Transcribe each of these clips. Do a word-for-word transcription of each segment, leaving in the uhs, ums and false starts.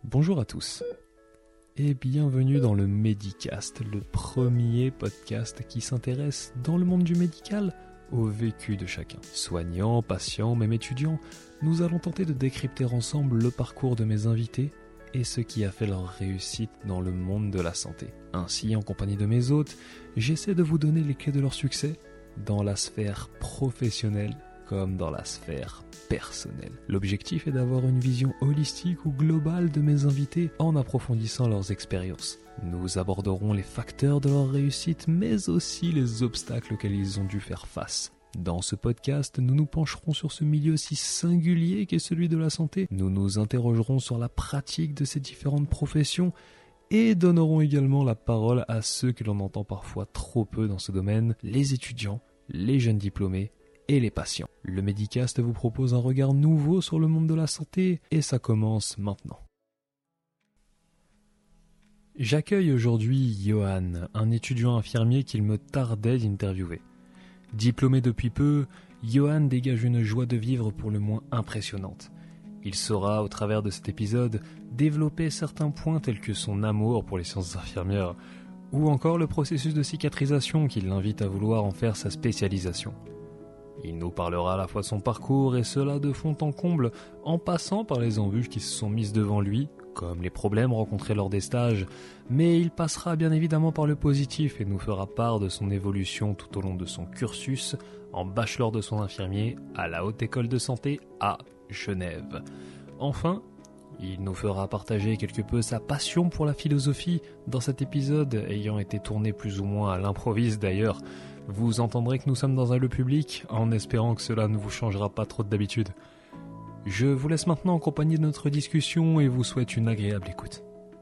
Bonjour à tous et bienvenue dans le Medicast, le premier podcast qui s'intéresse dans le monde du médical au vécu de chacun. Soignants, patients, même étudiants, nous allons tenter de décrypter ensemble le parcours de mes invités et ce qui a fait leur réussite dans le monde de la santé. Ainsi, en compagnie de mes hôtes, j'essaie de vous donner les clés de leur succès dans la sphère professionnelle comme dans la sphère personnelle. L'objectif est d'avoir une vision holistique ou globale de mes invités en approfondissant leurs expériences. Nous aborderons les facteurs de leur réussite, mais aussi les obstacles auxquels ils ont dû faire face. Dans ce podcast, nous nous pencherons sur ce milieu si singulier qu'est celui de la santé. Nous nous interrogerons sur la pratique de ces différentes professions et donnerons également la parole à ceux que l'on entend parfois trop peu dans ce domaine, les étudiants, les jeunes diplômés et les patients. Le Medicast vous propose un regard nouveau sur le monde de la santé et ça commence maintenant. J'accueille aujourd'hui Johan, un étudiant infirmier qu'il me tardait d'interviewer. Diplômé depuis peu, Johan dégage une joie de vivre pour le moins impressionnante. Il saura, au travers de cet épisode, développer certains points tels que son amour pour les sciences infirmières ou encore le processus de cicatrisation qui l'invite à vouloir en faire sa spécialisation. Il nous parlera à la fois de son parcours et cela de fond en comble, en passant par les embûches qui se sont mises devant lui, comme les problèmes rencontrés lors des stages, mais il passera bien évidemment par le positif et nous fera part de son évolution tout au long de son cursus en bachelor de soins infirmiers à la Haute École de Santé à Genève. Enfin, il nous fera partager quelque peu sa passion pour la philosophie dans cet épisode ayant été tourné plus ou moins à l'improviste d'ailleurs. Vous entendrez que nous sommes dans un lieu public, en espérant que cela ne vous changera pas trop d'habitude. Je vous laisse maintenant en compagnie de notre discussion et vous souhaite une agréable écoute.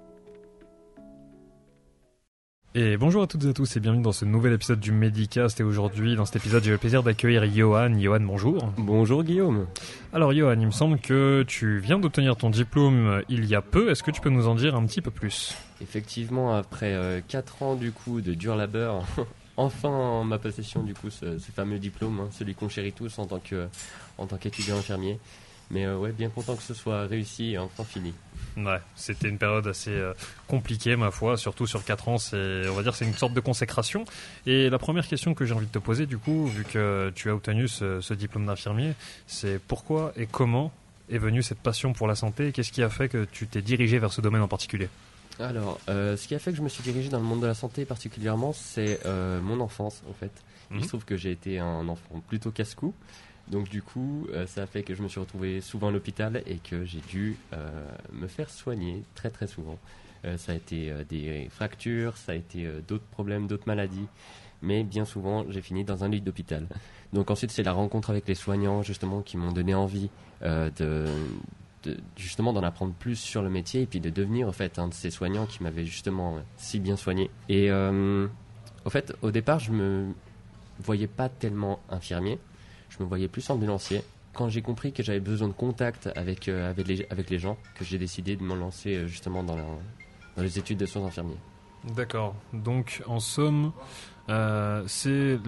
Et bonjour à toutes et à tous et bienvenue dans ce nouvel épisode du Medicast. Et aujourd'hui, dans cet épisode, j'ai le plaisir d'accueillir Johan. Johan, bonjour. Bonjour Guillaume. Alors Johan, il me semble que tu viens d'obtenir ton diplôme il y a peu. Est-ce que tu peux nous en dire un petit peu plus ? Effectivement, après euh, quatre ans du coup de dur labeur... Enfin en ma possession du coup ce, ce fameux diplôme, hein, celui qu'on chérit tous en tant que en tant qu'étudiant infirmier. Mais euh, ouais, bien content que ce soit réussi et enfin fini. Ouais, c'était une période assez euh, compliquée ma foi, surtout sur quatre ans, c'est, on va dire c'est une sorte de consécration. Et la première question que j'ai envie de te poser du coup, vu que tu as obtenu ce, ce diplôme d'infirmier, c'est pourquoi et comment est venue cette passion pour la santé et qu'est-ce qui a fait que tu t'es dirigé vers ce domaine en particulier ? Alors, euh, ce qui a fait que je me suis dirigé dans le monde de la santé particulièrement, c'est euh, mon enfance en fait. Mmh. Il se trouve que j'ai été un enfant plutôt casse-cou, donc du coup, euh, ça a fait que je me suis retrouvé souvent à l'hôpital et que j'ai dû euh, me faire soigner très très souvent. Euh, ça a été euh, des fractures, ça a été euh, d'autres problèmes, d'autres maladies, mais bien souvent, j'ai fini dans un lit d'hôpital. Donc ensuite, c'est la rencontre avec les soignants justement qui m'ont donné envie euh, de... De, justement d'en apprendre plus sur le métier et puis de devenir en fait un de ces soignants qui m'avaient justement euh, si bien soigné. Et euh, en fait au départ je me voyais pas tellement infirmier, je me voyais plus ambulancier. Quand j'ai compris que j'avais besoin de contact avec, euh, avec, les, avec les gens, que j'ai décidé de me lancer euh, justement dans, la, dans les études de soins infirmiers. D'accord, donc en somme euh, c'est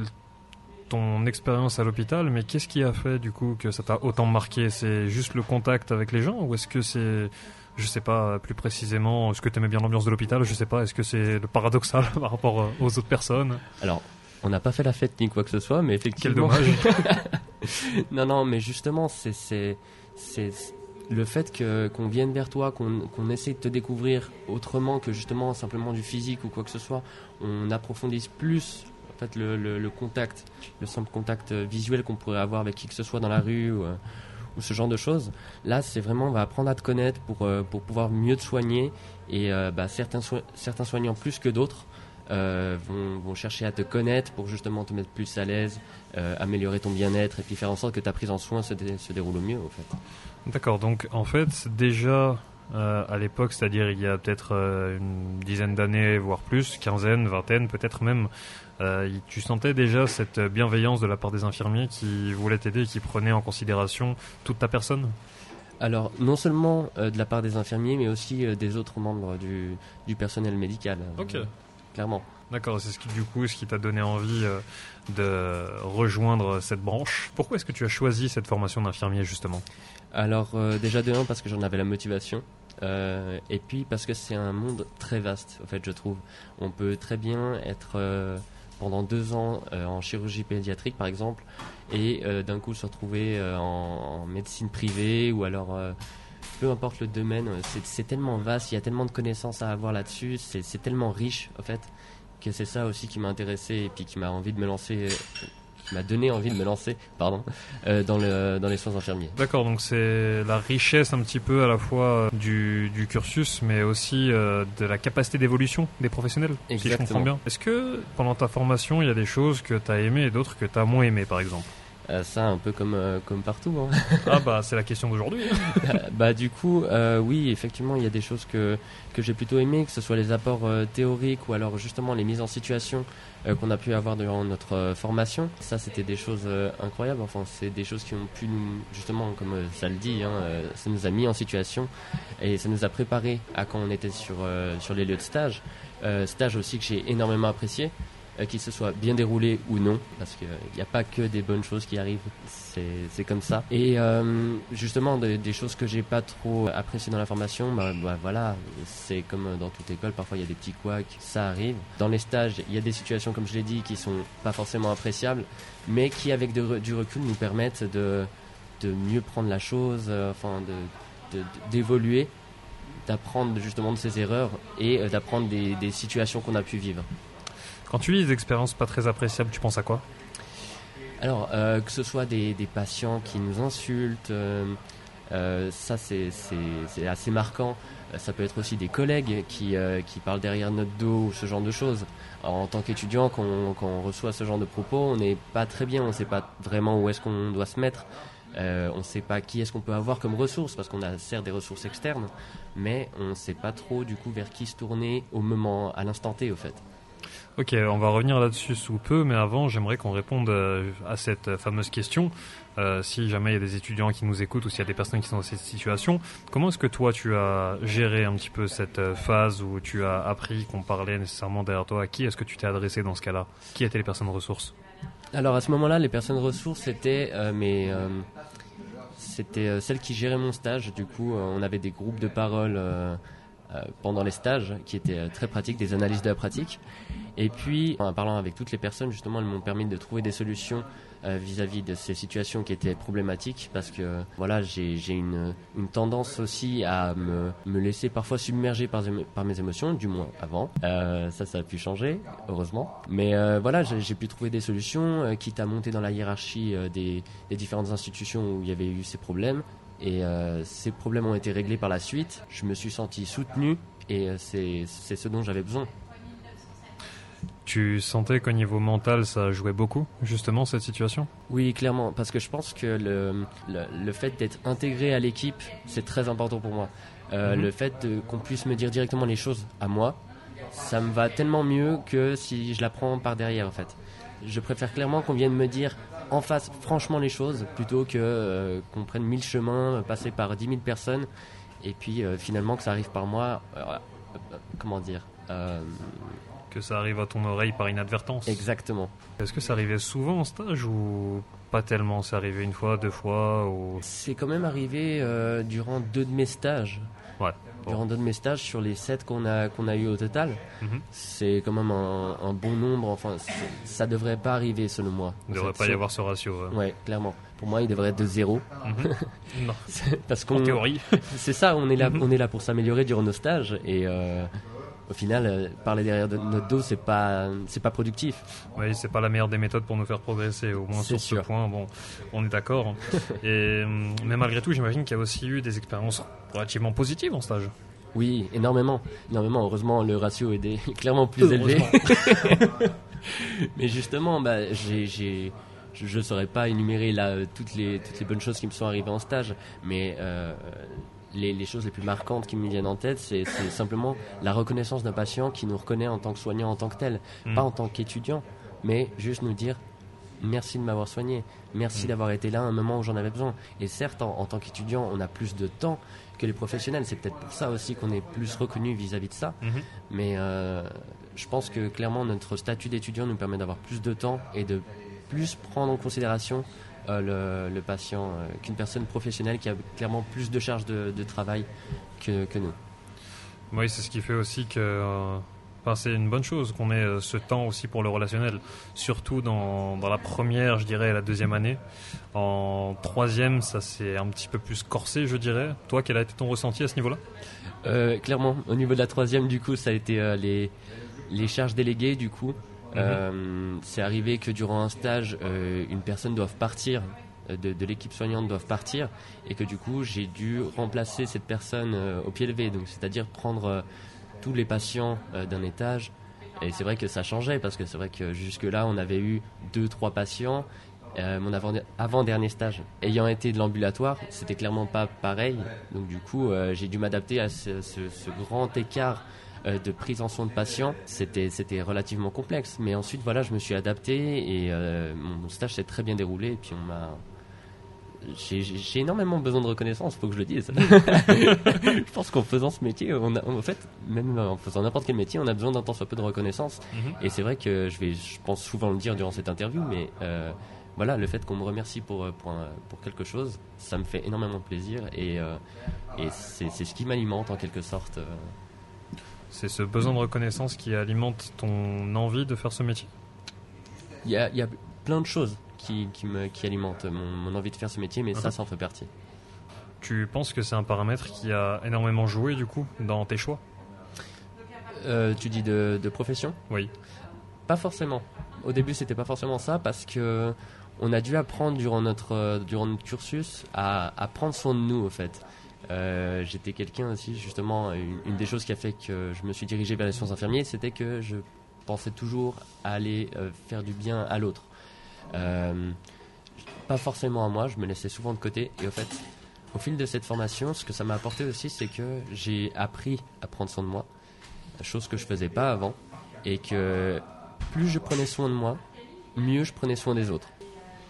ton expérience à l'hôpital, mais qu'est-ce qui a fait du coup que ça t'a autant marqué ? C'est juste le contact avec les gens ou est-ce que c'est, je sais pas, plus précisément, est-ce que tu aimais bien l'ambiance de l'hôpital ? Je sais pas, est-ce que c'est le paradoxal par rapport aux autres personnes ? Alors, on n'a pas fait la fête ni quoi que ce soit, mais effectivement... Quel dommage. Non, non, mais justement, c'est, c'est, c'est le fait que, qu'on vienne vers toi, qu'on, qu'on essaie de te découvrir autrement que justement simplement du physique ou quoi que ce soit, on approfondisse plus... En fait, le, le, le contact, le simple contact visuel qu'on pourrait avoir avec qui que ce soit dans la rue ou, euh, ou ce genre de choses. Là, c'est vraiment, on va apprendre à te connaître pour, euh, pour pouvoir mieux te soigner. Et euh, bah, certains, so- certains soignants plus que d'autres euh, vont, vont chercher à te connaître pour justement te mettre plus à l'aise, euh, améliorer ton bien-être et puis faire en sorte que ta prise en soin se, dé- se déroule au mieux, en fait. D'accord, donc en fait, déjà... Euh, à l'époque, c'est-à-dire il y a peut-être euh, une dizaine d'années, voire plus, quinzaine, vingtaine, peut-être même, euh, tu sentais déjà cette bienveillance de la part des infirmiers qui voulaient t'aider et qui prenaient en considération toute ta personne ? Alors, non seulement euh, de la part des infirmiers, mais aussi euh, des autres membres du, du personnel médical. Ok. Euh, clairement. D'accord, c'est ce qui, du coup, ce qui t'a donné envie euh, de rejoindre cette branche. Pourquoi est-ce que tu as choisi cette formation d'infirmier, justement ? Alors, euh, déjà de un, parce que j'en avais la motivation. Euh, et puis parce que c'est un monde très vaste, en fait, je trouve. On peut très bien être euh, pendant deux ans euh, en chirurgie pédiatrique, par exemple, et euh, d'un coup se retrouver euh, en, en médecine privée ou alors... Euh, peu importe le domaine, c'est, c'est tellement vaste, il y a tellement de connaissances à avoir là-dessus, c'est, c'est tellement riche, en fait, que c'est ça aussi qui m'a intéressé et puis qui m'a envie de me lancer... qui m'a donné envie de me lancer pardon, euh, dans, le, dans les soins infirmiers. D'accord, donc c'est la richesse un petit peu à la fois du, du cursus, mais aussi euh, de la capacité d'évolution des professionnels, Exactement. si je comprends bien. Est-ce que pendant ta formation, il y a des choses que tu as aimées et d'autres que tu as moins aimées, par exemple ? Euh, ça, un peu comme, euh, comme partout. Hein. Ah bah, c'est la question d'aujourd'hui. bah du coup, euh, oui, effectivement, il y a des choses que, que j'ai plutôt aimées, que ce soit les apports euh, théoriques ou alors justement les mises en situation euh, qu'on a pu avoir durant notre euh, formation. Ça, c'était des choses euh, incroyables. Enfin, c'est des choses qui ont pu nous, justement, comme euh, ça le dit, hein, euh, ça nous a mis en situation et ça nous a préparé à quand on était sur, euh, sur les lieux de stage. Euh, stage aussi que j'ai énormément apprécié. Qu'il se soit bien déroulé ou non, parce qu'il n'y a pas que des bonnes choses qui arrivent, c'est, c'est comme ça. Et euh, justement, de, des choses que j'ai pas trop appréciées dans la formation, bah, bah voilà, c'est comme dans toute école, parfois il y a des petits couacs, ça arrive. Dans les stages, il y a des situations, comme je l'ai dit, qui sont pas forcément appréciables, mais qui, avec de, du recul, nous permettent de, de mieux prendre la chose, euh, enfin, de, de, d'évoluer, d'apprendre justement de ses erreurs et euh, d'apprendre des, des situations qu'on a pu vivre. Quand tu lis des expériences pas très appréciables, tu penses à quoi ? Alors, euh, que ce soit des, des patients qui nous insultent, euh, euh, ça c'est, c'est, c'est assez marquant. Ça peut être aussi des collègues qui, euh, qui parlent derrière notre dos ou ce genre de choses. Alors, en tant qu'étudiant, quand on, quand on reçoit ce genre de propos, on n'est pas très bien, on ne sait pas vraiment où est-ce qu'on doit se mettre. Euh, on ne sait pas qui est-ce qu'on peut avoir comme ressources, parce qu'on a certes des ressources externes, mais on ne sait pas trop du coup vers qui se tourner au moment, à l'instant T au fait. Ok, on va revenir là-dessus sous peu, mais avant, j'aimerais qu'on réponde à cette fameuse question. Euh, si jamais il y a des étudiants qui nous écoutent ou s'il y a des personnes qui sont dans cette situation, comment est-ce que toi, tu as géré un petit peu cette phase où tu as appris qu'on parlait nécessairement derrière toi ? À qui est-ce que tu t'es adressé dans ce cas-là ? Qui étaient les personnes ressources ? Alors, à ce moment-là, les personnes ressources, c'était, euh, mes, euh, c'était euh, celles qui géraient mon stage. Du coup, euh, on avait des groupes de parole euh, euh, pendant les stages qui étaient euh, très pratiques, des analyses de la pratique. Et puis, en parlant avec toutes les personnes, justement, elles m'ont permis de trouver des solutions euh, vis-à-vis de ces situations qui étaient problématiques, parce que voilà, j'ai, j'ai une, une tendance aussi à me, me laisser parfois submerger par, par mes émotions, du moins avant. Euh, ça, ça a pu changer, heureusement. Mais euh, voilà, j'ai, j'ai pu trouver des solutions, euh, quitte à monter dans la hiérarchie euh, des, des différentes institutions où il y avait eu ces problèmes. Et euh, ces problèmes ont été réglés par la suite. Je me suis senti soutenu et euh, c'est, c'est ce dont j'avais besoin. Tu sentais qu'au niveau mental, ça jouait beaucoup, justement, cette situation ? Oui, clairement, parce que je pense que le, le, le fait d'être intégré à l'équipe, c'est très important pour moi. Euh, mmh. Le fait de, qu'on puisse me dire directement les choses à moi, ça me va tellement mieux que si je la prends par derrière, en fait. Je préfère clairement qu'on vienne me dire en face, franchement, les choses, plutôt que euh, qu'on prenne mille chemins, passer par dix mille personnes, et puis euh, finalement que ça arrive par moi, euh, euh, comment dire euh, que ça arrive à ton oreille par inadvertance. Exactement. Est-ce que ça arrivait souvent en stage ou pas tellement ? C'est arrivé une fois, deux fois ou... C'est quand même arrivé euh, durant deux de mes stages. Ouais. Bon. Durant deux de mes stages sur les sept qu'on a, qu'on a eu au total. Mm-hmm. C'est quand même un, un bon nombre. Enfin, ça devrait pas arriver selon moi. Il ne devrait pas y avoir ce ratio. Ouais. ouais, clairement. Pour moi, il devrait être de zéro. Mm-hmm. Non. Parce qu'on, en théorie. C'est ça, on est là, mm-hmm. on est là pour s'améliorer durant nos stages et... Euh, Au final, euh, parler derrière de notre dos, c'est pas, c'est pas productif. Oui, c'est pas la meilleure des méthodes pour nous faire progresser, au moins c'est sur sûr. ce point. Bon, on est d'accord. Et, mais malgré tout, j'imagine qu'il y a aussi eu des expériences relativement positives en stage. Oui, énormément. énormément. Heureusement, le ratio est des... clairement plus élevé. Mais justement, bah, j'ai... j'ai... je ne saurais pas énumérer là, toutes, les, toutes les bonnes choses qui me sont arrivées en stage, mais... Euh, Les, les choses les plus marquantes qui me viennent en tête, c'est, c'est simplement la reconnaissance d'un patient qui nous reconnaît en tant que soignant en tant que tel, mmh. pas en tant qu'étudiant, mais juste nous dire merci de m'avoir soigné, merci mmh. d'avoir été là à un moment où j'en avais besoin. Et certes, en, en tant qu'étudiant, on a plus de temps que les professionnels, c'est peut-être pour ça aussi qu'on est plus reconnu vis-à-vis de ça, mmh. mais euh, je pense que clairement notre statut d'étudiant nous permet d'avoir plus de temps et de plus prendre en considération euh, le, le patient euh, qu'une personne professionnelle qui a clairement plus de charge de, de travail que, que nous. Oui, c'est ce qui fait aussi que euh, enfin, c'est une bonne chose qu'on ait euh, ce temps aussi pour le relationnel, surtout dans, dans la première, je dirais, et la deuxième année. En troisième, ça c'est un petit peu plus corsé, je dirais. Toi, quel a été ton ressenti à ce niveau-là ? euh, Clairement, au niveau de la troisième, du coup, ça a été euh, les, les charges déléguées, du coup. Mm-hmm. Euh, c'est arrivé que durant un stage, euh, une personne doive partir, euh, de, de l'équipe soignante doive partir, et que du coup, j'ai dû remplacer cette personne euh, au pied levé, donc c'est-à-dire prendre euh, tous les patients euh, d'un étage. Et c'est vrai que ça changeait, parce que c'est vrai que jusque-là, on avait eu deux, trois patients. Euh, mon avant, avant-dernier stage ayant été de l'ambulatoire, c'était clairement pas pareil. Donc du coup, euh, j'ai dû m'adapter à ce, ce, ce grand écart euh, de prise en soin de patients. C'était, c'était relativement complexe. Mais ensuite, voilà, je me suis adapté et euh, mon stage s'est très bien déroulé. Et puis on m'a... J'ai, j'ai énormément besoin de reconnaissance, faut que je le dise. Je pense qu'en faisant ce métier, on a, en fait, même en faisant n'importe quel métier, on a besoin d'un tant soit peu de reconnaissance. Mm-hmm. Et c'est vrai que je vais, je pense souvent le dire durant cette interview, mais... Euh, Voilà, le fait qu'on me remercie pour, pour, pour quelque chose, ça me fait énormément plaisir et, euh, et c'est, c'est ce qui m'alimente en quelque sorte. C'est ce besoin de reconnaissance qui alimente ton envie de faire ce métier ? Il y a, il y a plein de choses qui, qui, me, qui alimentent mon, mon envie de faire ce métier, mais uh-huh. ça, ça en fait partie. Tu penses que c'est un paramètre qui a énormément joué du coup dans tes choix ? euh, Tu dis de, de profession ? Oui. Pas forcément. Au début, c'était pas forcément ça parce que on a dû apprendre durant notre, euh, durant notre cursus à, à prendre soin de nous, au fait. Euh, j'étais quelqu'un aussi, justement, une, une des choses qui a fait que je me suis dirigé vers les soins infirmiers, c'était que je pensais toujours à aller euh, faire du bien à l'autre. Euh, pas forcément à moi, je me laissais souvent de côté. Et au fait, au fil de cette formation, ce que ça m'a apporté aussi, c'est que j'ai appris à prendre soin de moi, chose que je faisais pas avant, et que plus je prenais soin de moi, mieux je prenais soin des autres.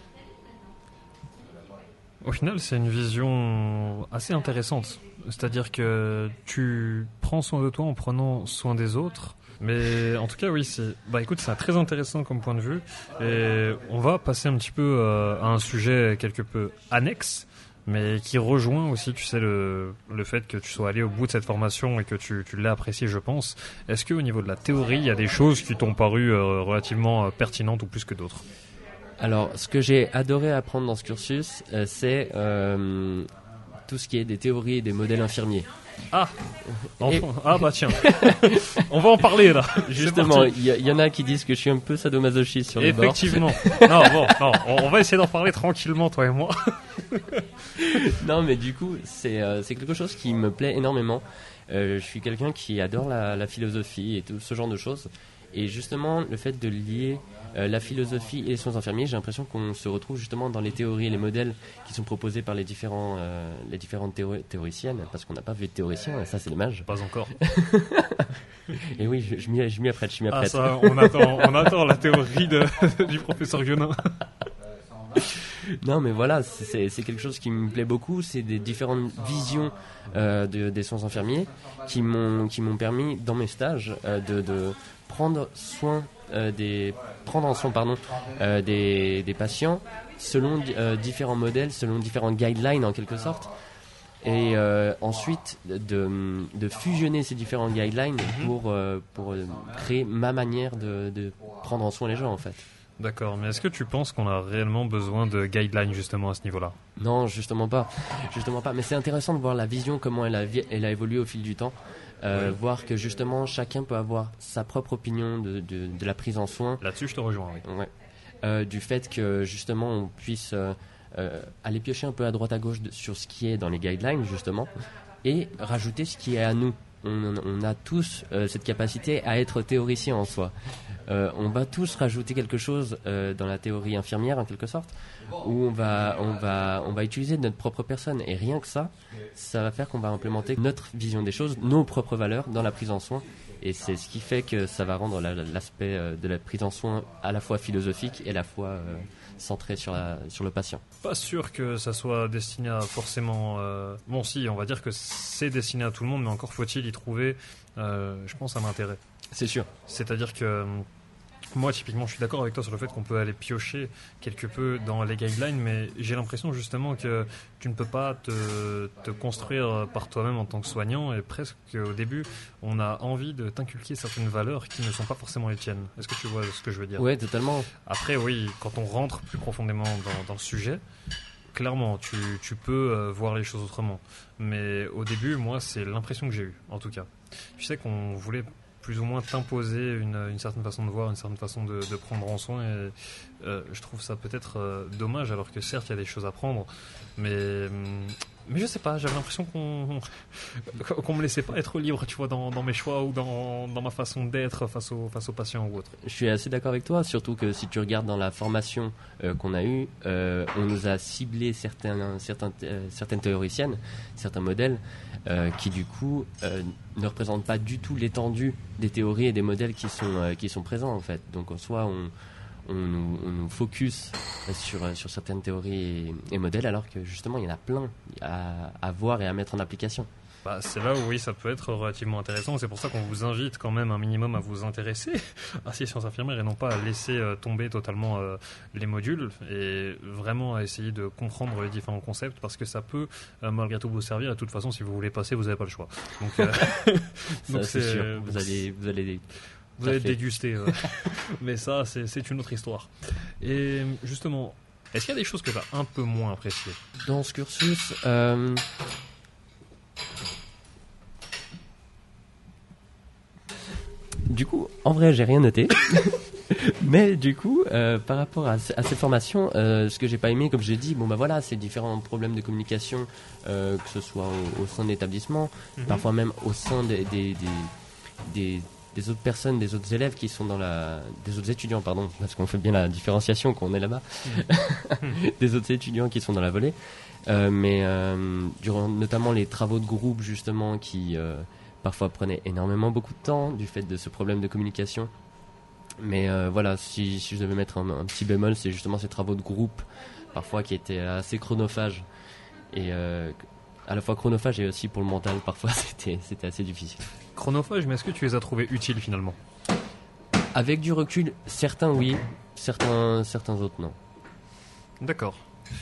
Au final, c'est une vision assez intéressante. C'est-à-dire que tu prends soin de toi en prenant soin des autres. Mais en tout cas, oui, c'est, bah, écoute, c'est très intéressant comme point de vue. Et on va passer un petit peu euh, à un sujet quelque peu annexe, mais qui rejoint aussi, tu sais, le, le fait que tu sois allé au bout de cette formation et que tu, tu l'as apprécié, je pense. Est-ce qu'au niveau de la théorie, il y a des choses qui t'ont paru euh, relativement euh, pertinentes ou plus que d'autres ? Alors, ce que j'ai adoré apprendre dans ce cursus, euh, c'est euh, tout ce qui est des théories et des modèles infirmiers. Ah, enfin, et... ah bah tiens, on va en parler là. Justement, il y, y en a qui disent que je suis un peu sadomasochiste sur les bords. Effectivement. non, bon, non, on, on va essayer d'en parler tranquillement, toi et moi. Non, mais du coup, c'est, euh, c'est quelque chose qui me plaît énormément. Euh, je suis quelqu'un qui adore la, la philosophie et tout ce genre de choses. Et justement, le fait de lier euh, la philosophie et les soins infirmiers, j'ai l'impression qu'on se retrouve justement dans les théories et les modèles qui sont proposés par les, différents, euh, les différentes théo- théoriciennes, parce qu'on n'a pas vu de théoricien, et ça c'est dommage. Pas encore. Et oui, je, je, m'y, je m'y apprête, je m'y apprête. Ah ça, on attend, on attend la théorie de, du professeur Guenin. Non mais voilà, c'est, c'est quelque chose qui me plaît beaucoup, c'est des différentes visions euh, de, des soins infirmiers qui m'ont, qui m'ont permis dans mes stages euh, de, de prendre soin euh, des prendre en soin pardon euh, des, des patients selon euh, différents modèles, selon différents guidelines en quelque sorte, et euh, ensuite de, de fusionner ces différents guidelines pour euh, pour créer ma manière de, de prendre en soin les gens en fait. D'accord, mais est-ce que tu penses qu'on a réellement besoin de guidelines justement à ce niveau-là ? Non, justement pas, justement pas. Mais c'est intéressant de voir la vision, comment elle a, elle a évolué au fil du temps. Euh, oui. Voir que justement chacun peut avoir sa propre opinion de, de, de la prise en soin. Là-dessus, je te rejoins, oui. Ouais. Euh, du fait que justement on puisse euh, euh, aller piocher un peu à droite à gauche de, sur ce qui est dans les guidelines justement, et rajouter ce qui est à nous. On, on a tous euh, cette capacité à être théoricien en soi. Euh, on va tous rajouter quelque chose euh, dans la théorie infirmière en quelque sorte, où on va, on va, on va utiliser notre propre personne, et rien que ça, ça va faire qu'on va implémenter notre vision des choses, nos propres valeurs dans la prise en soin, et c'est ce qui fait que ça va rendre la, l'aspect euh, de la prise en soin à la fois philosophique et à la fois euh, centré sur, la, sur le patient. Pas sûr que ça soit destiné à forcément... Euh... Bon si, on va dire que c'est destiné à tout le monde, mais encore faut-il y trouver, euh, je pense, un intérêt. C'est sûr. C'est-à-dire que... Moi, typiquement, je suis d'accord avec toi sur le fait qu'on peut aller piocher quelque peu dans les guidelines, mais j'ai l'impression justement que tu ne peux pas te, te construire par toi-même en tant que soignant, et presque au début, on a envie de t'inculquer certaines valeurs qui ne sont pas forcément les tiennes. Est-ce que tu vois ce que je veux dire ? Ouais, totalement. Après, oui, quand on rentre plus profondément dans, dans le sujet, clairement, tu, tu peux euh, voir les choses autrement. Mais au début, moi, c'est l'impression que j'ai eue, en tout cas. Tu sais qu'on voulait plus ou moins t'imposer une, une certaine façon de voir, une certaine façon de, de prendre en soin, et euh, je trouve ça peut-être euh, dommage, alors que certes, il y a des choses à prendre, mais... Mais je sais pas, j'avais l'impression qu'on qu'on me laissait pas être libre, tu vois, dans, dans mes choix ou dans, dans ma façon d'être face aux, face aux patients ou autres. Je suis assez d'accord avec toi, surtout que si tu regardes dans la formation euh, qu'on a eue, euh, on nous a ciblé certains, certains, euh, certaines théoriciennes, certains modèles, euh, qui du coup euh, ne représentent pas du tout l'étendue des théories et des modèles qui sont, euh, qui sont présents en fait. Donc en soi, on... On nous, on nous focus sur, sur certaines théories et, et modèles, alors que justement il y en a plein à, à voir et à mettre en application. Bah, c'est là où oui, ça peut être relativement intéressant. C'est pour ça qu'on vous invite quand même un minimum à vous intéresser à ces sciences infirmières et non pas à laisser euh, tomber totalement euh, les modules, et vraiment à essayer de comprendre les différents concepts, parce que ça peut euh, malgré tout vous servir. Et de toute façon, si vous voulez passer, vous n'avez pas le choix. Donc, euh, ça, donc c'est, c'est sûr. Vous allez, vous allez Vous allez déguster, euh. mais ça, c'est, c'est une autre histoire. Et justement, est-ce qu'il y a des choses que tu as un peu moins appréciées dans ce cursus euh... Du coup, en vrai, j'ai rien noté. Mais du coup, euh, par rapport à, à cette formation, euh, ce que j'ai pas aimé, comme j'ai dit, bon bah voilà, c'est différents problèmes de communication, euh, que ce soit au, au sein de l'établissement, mm-hmm. parfois même au sein des, des, des, des des autres personnes, des autres élèves qui sont dans la... des autres étudiants, pardon, parce qu'on fait bien la différenciation quand on est là-bas, des autres étudiants qui sont dans la volée, euh, mais euh, durant notamment les travaux de groupe, justement, qui euh, parfois prenaient énormément beaucoup de temps, du fait de ce problème de communication. Mais euh, voilà, si, si je devais mettre un, un petit bémol, c'est justement ces travaux de groupe, parfois qui étaient assez chronophages, et euh, à la fois chronophages et aussi pour le mental, parfois c'était, c'était assez difficile. Chronophage, mais est-ce que tu les as trouvés utiles finalement ? Avec du recul, certains oui, certains, certains autres non. D'accord.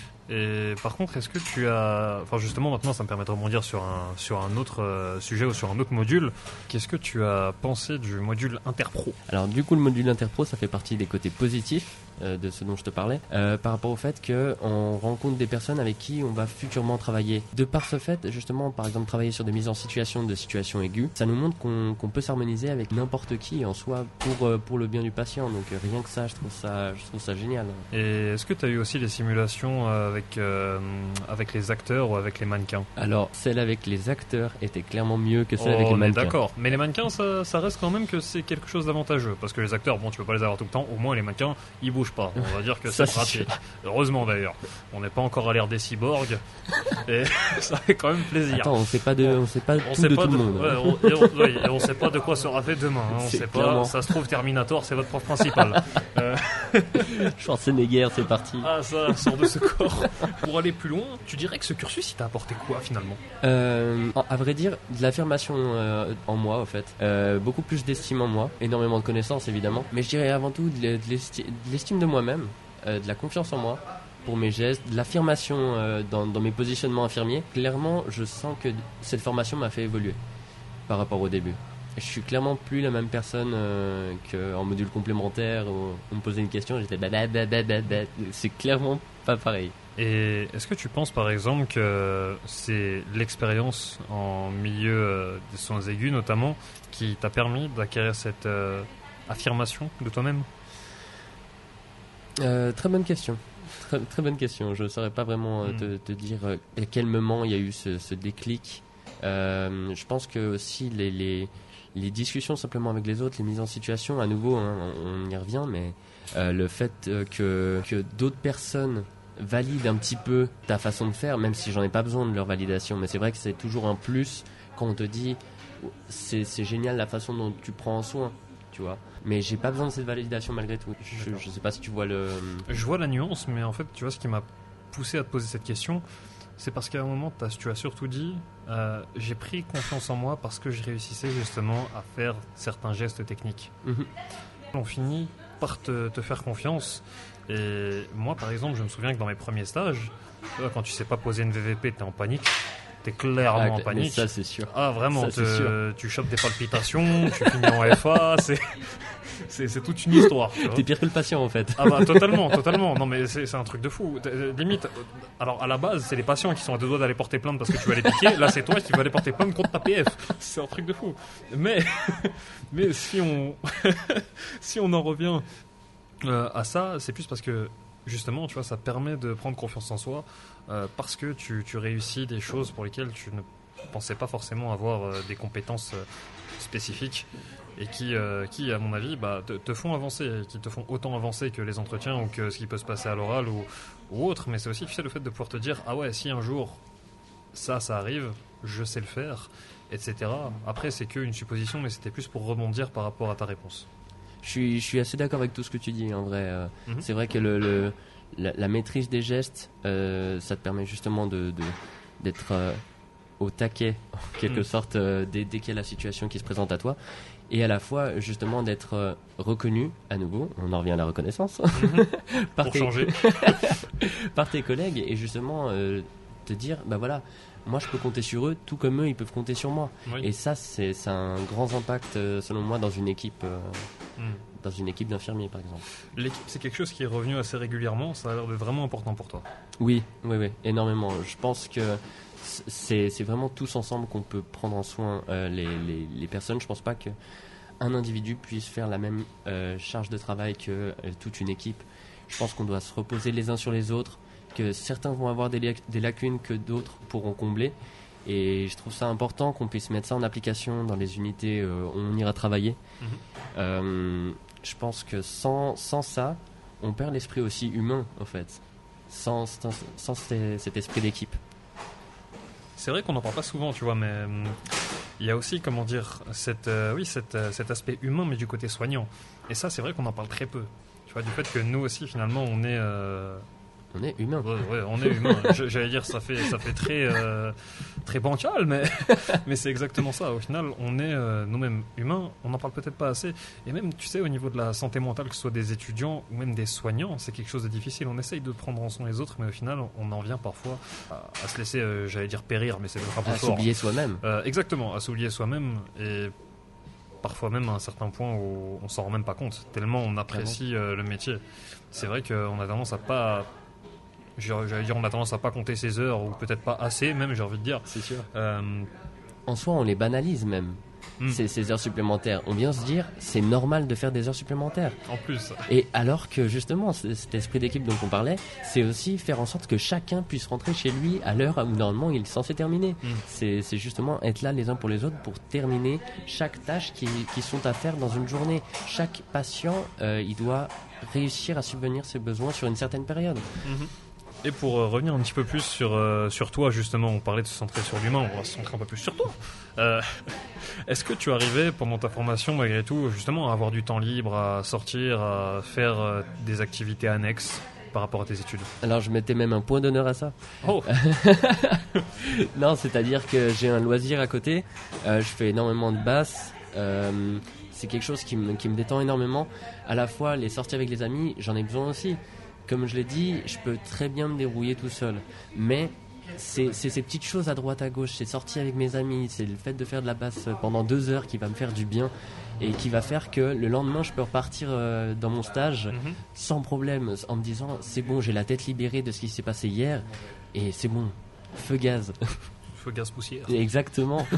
Et par contre, est-ce que tu as... Enfin justement, maintenant, ça me permet de rebondir sur un, sur un autre euh, sujet ou sur un autre module. Qu'est-ce que tu as pensé du module Interpro ? Alors du coup, le module Interpro, ça fait partie des côtés positifs euh, de ce dont je te parlais, euh, par rapport au fait qu'on rencontre des personnes avec qui on va futurement travailler. De par ce fait, justement, par exemple, travailler sur des mises en situation de situations aiguës, ça nous montre qu'on, qu'on peut s'harmoniser avec n'importe qui en soi pour, euh, pour le bien du patient. Donc euh, rien que ça, je trouve ça, je trouve ça génial. Et est-ce que tu as eu aussi des simulations euh, avec, euh, avec les acteurs ou avec les mannequins ? Alors, celle avec les acteurs était clairement mieux que celle oh, avec les mannequins. D'accord, mais les mannequins, ça, ça reste quand même que c'est quelque chose d'avantageux, parce que les acteurs, bon, tu peux pas les avoir tout le temps, au moins les mannequins, ils bougent pas. On va dire que c'est pratique. Heureusement d'ailleurs. On n'est pas encore à l'ère des cyborgs, et ça fait quand même plaisir. Attends, on sait pas de, on sait pas on tout sait de pas tout de, le monde. Ouais, on, et on, ouais, et on sait pas de quoi sera fait demain. Hein, on c'est sait clairement. pas. Ça se trouve, Terminator, c'est votre prof principal. euh... Schwarzenegger, c'est parti. Ah, ça sort de ce corps. Pour aller plus loin, tu dirais que ce cursus, il t'a apporté quoi finalement ? euh, À vrai dire, de l'affirmation euh, en moi, en fait. Euh, beaucoup plus d'estime en moi, énormément de connaissances évidemment, mais je dirais avant tout de l'esti- de l'estime de moi-même, euh, de la confiance en moi, pour mes gestes, de l'affirmation euh, dans, dans mes positionnements infirmiers. Clairement, je sens que cette formation m'a fait évoluer par rapport au début. Je suis clairement plus la même personne euh, qu'en module complémentaire où on me posait une question, j'étais blablabla. C'est clairement pas pareil. Et est-ce que tu penses par exemple que c'est l'expérience en milieu euh, des soins aigus notamment qui t'a permis d'acquérir cette euh, affirmation de toi-même ? euh, Très bonne question. Très, très bonne question. Je ne saurais pas vraiment euh, te, te dire euh, à quel moment il y a eu ce, ce déclic. Euh, je pense que aussi les, les, les discussions simplement avec les autres, les mises en situation, à nouveau, hein, on, on y revient, mais euh, le fait euh, que, que d'autres personnes valident un petit peu ta façon de faire, même si j'en ai pas besoin de leur validation, mais c'est vrai que c'est toujours un plus quand on te dit c'est, c'est génial la façon dont tu prends soin, tu vois. Mais j'ai pas besoin de cette validation malgré tout. Je, je sais pas si tu vois le... Je vois la nuance, mais en fait, tu vois, ce qui m'a poussé à te poser cette question, c'est parce qu'à un moment, t'as, tu as surtout dit euh, j'ai pris confiance en moi parce que je réussissais justement à faire certains gestes techniques. Mm-hmm. On finit par te, te faire confiance. Et moi, par exemple, je me souviens que dans mes premiers stages, quand tu sais pas poser une V V P, t'es en panique. T'es clairement ah, en panique. Mais ça, c'est sûr. Ah, vraiment, ça, te, tu chopes des palpitations, tu finis en F A, c'est, c'est, c'est toute une histoire. Tu vois. T'es pire que le patient, en fait. Ah bah, totalement, totalement. Non, mais c'est, c'est un truc de fou. Limite, alors à la base, c'est les patients qui sont à deux doigts d'aller porter plainte parce que tu vas les piquer. Là, c'est toi qui vas aller porter plainte contre ta P F. C'est un truc de fou. Mais, mais si on, si on en revient euh, à ça, c'est plus parce que, justement, tu vois, ça permet de prendre confiance en soi. Euh, parce que tu, tu réussis des choses pour lesquelles tu ne pensais pas forcément avoir euh, des compétences euh, spécifiques et qui, euh, qui à mon avis, bah, te, te font avancer, qui te font autant avancer que les entretiens ou que ce qui peut se passer à l'oral ou, ou autre. Mais c'est aussi, tu sais, le fait de pouvoir te dire, ah ouais, si un jour ça, ça arrive, je sais le faire, et cetera. Après, c'est qu'une supposition, mais c'était plus pour rebondir par rapport à ta réponse. Je suis, je suis assez d'accord avec tout ce que tu dis, en vrai. Euh, Mm-hmm. C'est vrai que le... le... La, la maîtrise des gestes, euh, ça te permet justement de, de, d'être euh, au taquet, en quelque Mm. sorte, euh, dès, dès qu'il y a la situation qui se présente à toi. Et à la fois, justement, d'être euh, reconnu, à nouveau, on en revient à la reconnaissance, Mm-hmm. par, Pour tes, changer. par tes collègues. Et justement, euh, te dire, bah voilà, moi je peux compter sur eux, tout comme eux, ils peuvent compter sur moi. Oui. Et ça, c'est, c'est un grand impact, euh, selon moi, dans une équipe... Euh, Mm. dans une équipe d'infirmiers, par exemple. L'équipe, c'est quelque chose qui est revenu assez régulièrement. Ça a l'air de vraiment important pour toi. Oui, oui, oui, énormément. Je pense que c'est, c'est vraiment tous ensemble qu'on peut prendre en soin euh, les, les, les personnes. Je pense pas qu'un individu puisse faire la même euh, charge de travail que euh, toute une équipe. Je pense qu'on doit se reposer les uns sur les autres, que certains vont avoir des, lac- des lacunes que d'autres pourront combler. Et je trouve ça important qu'on puisse mettre ça en application dans les unités euh, où on ira travailler. Mm-hmm. Euh, je pense que sans, sans ça, on perd l'esprit aussi humain, en fait. Sans, sans, sans cet, cet esprit d'équipe. C'est vrai qu'on n'en parle pas souvent, tu vois, mais hum, il y a aussi, comment dire, cette, euh, oui, cette, euh, cet aspect humain, mais du côté soignant. Et ça, c'est vrai qu'on en parle très peu. Tu vois, du fait que nous aussi, finalement, on est... Euh, On est humain. ouais, ouais, on est humain. Je- J'allais dire, ça fait, ça fait très, euh, très bancal, mais, mais c'est exactement ça. Au final, on est euh, nous-mêmes humains. On n'en parle peut-être pas assez. Et même, tu sais, au niveau de la santé mentale, que ce soit des étudiants ou même des soignants, c'est quelque chose de difficile. On essaye de prendre en soin les autres, mais au final, on en vient parfois à, à se laisser, euh, j'allais dire, périr, mais c'est peut-être un peu À fort. s'oublier soi-même. Euh, exactement, à s'oublier soi-même et parfois même à un certain point où on s'en rend même pas compte, tellement on apprécie euh, le métier. C'est vrai qu'on a tendance à pas... J'allais dire, on a tendance à pas compter ses heures, ou peut-être pas assez, même, j'ai envie de dire. C'est sûr. Euh, En soi, on les banalise même, hmm, ces, ces heures supplémentaires. On vient se dire, c'est normal de faire des heures supplémentaires. en plus. Et alors que justement, c- cet esprit d'équipe dont on parlait, c'est aussi faire en sorte que chacun puisse rentrer chez lui à l'heure où normalement il est censé terminer. Mm. C'est, c'est justement être là les uns pour les autres pour terminer chaque tâche qui, qui sont à faire dans une journée. Chaque patient, euh, il doit réussir à subvenir ses besoins sur une certaine période. Mhm. Et pour euh, revenir un petit peu plus sur, euh, sur toi, justement, on parlait de se centrer sur l'humain, on va se centrer un peu plus sur toi. Euh, est-ce que tu arrivais pendant ta formation, malgré tout, justement, à avoir du temps libre, à sortir, à faire euh, des activités annexes par rapport à tes études? Alors je mettais même un point d'honneur à ça. Oh, Non, c'est-à-dire que j'ai un loisir à côté, euh, je fais énormément de basse, euh, c'est quelque chose qui me, qui me détend énormément. À la fois, les sorties avec les amis, j'en ai besoin aussi. Comme je l'ai dit, je peux très bien me débrouiller tout seul. Mais c'est, c'est ces petites choses à droite à gauche, c'est sortir avec mes amis, c'est le fait de faire de la basse pendant deux heures qui va me faire du bien et qui va faire que le lendemain, je peux repartir euh, dans mon stage mhm. sans problème, en me disant, c'est bon, j'ai la tête libérée de ce qui s'est passé hier et c'est bon, feu gaz. Feu, gaz, poussière. Exactement.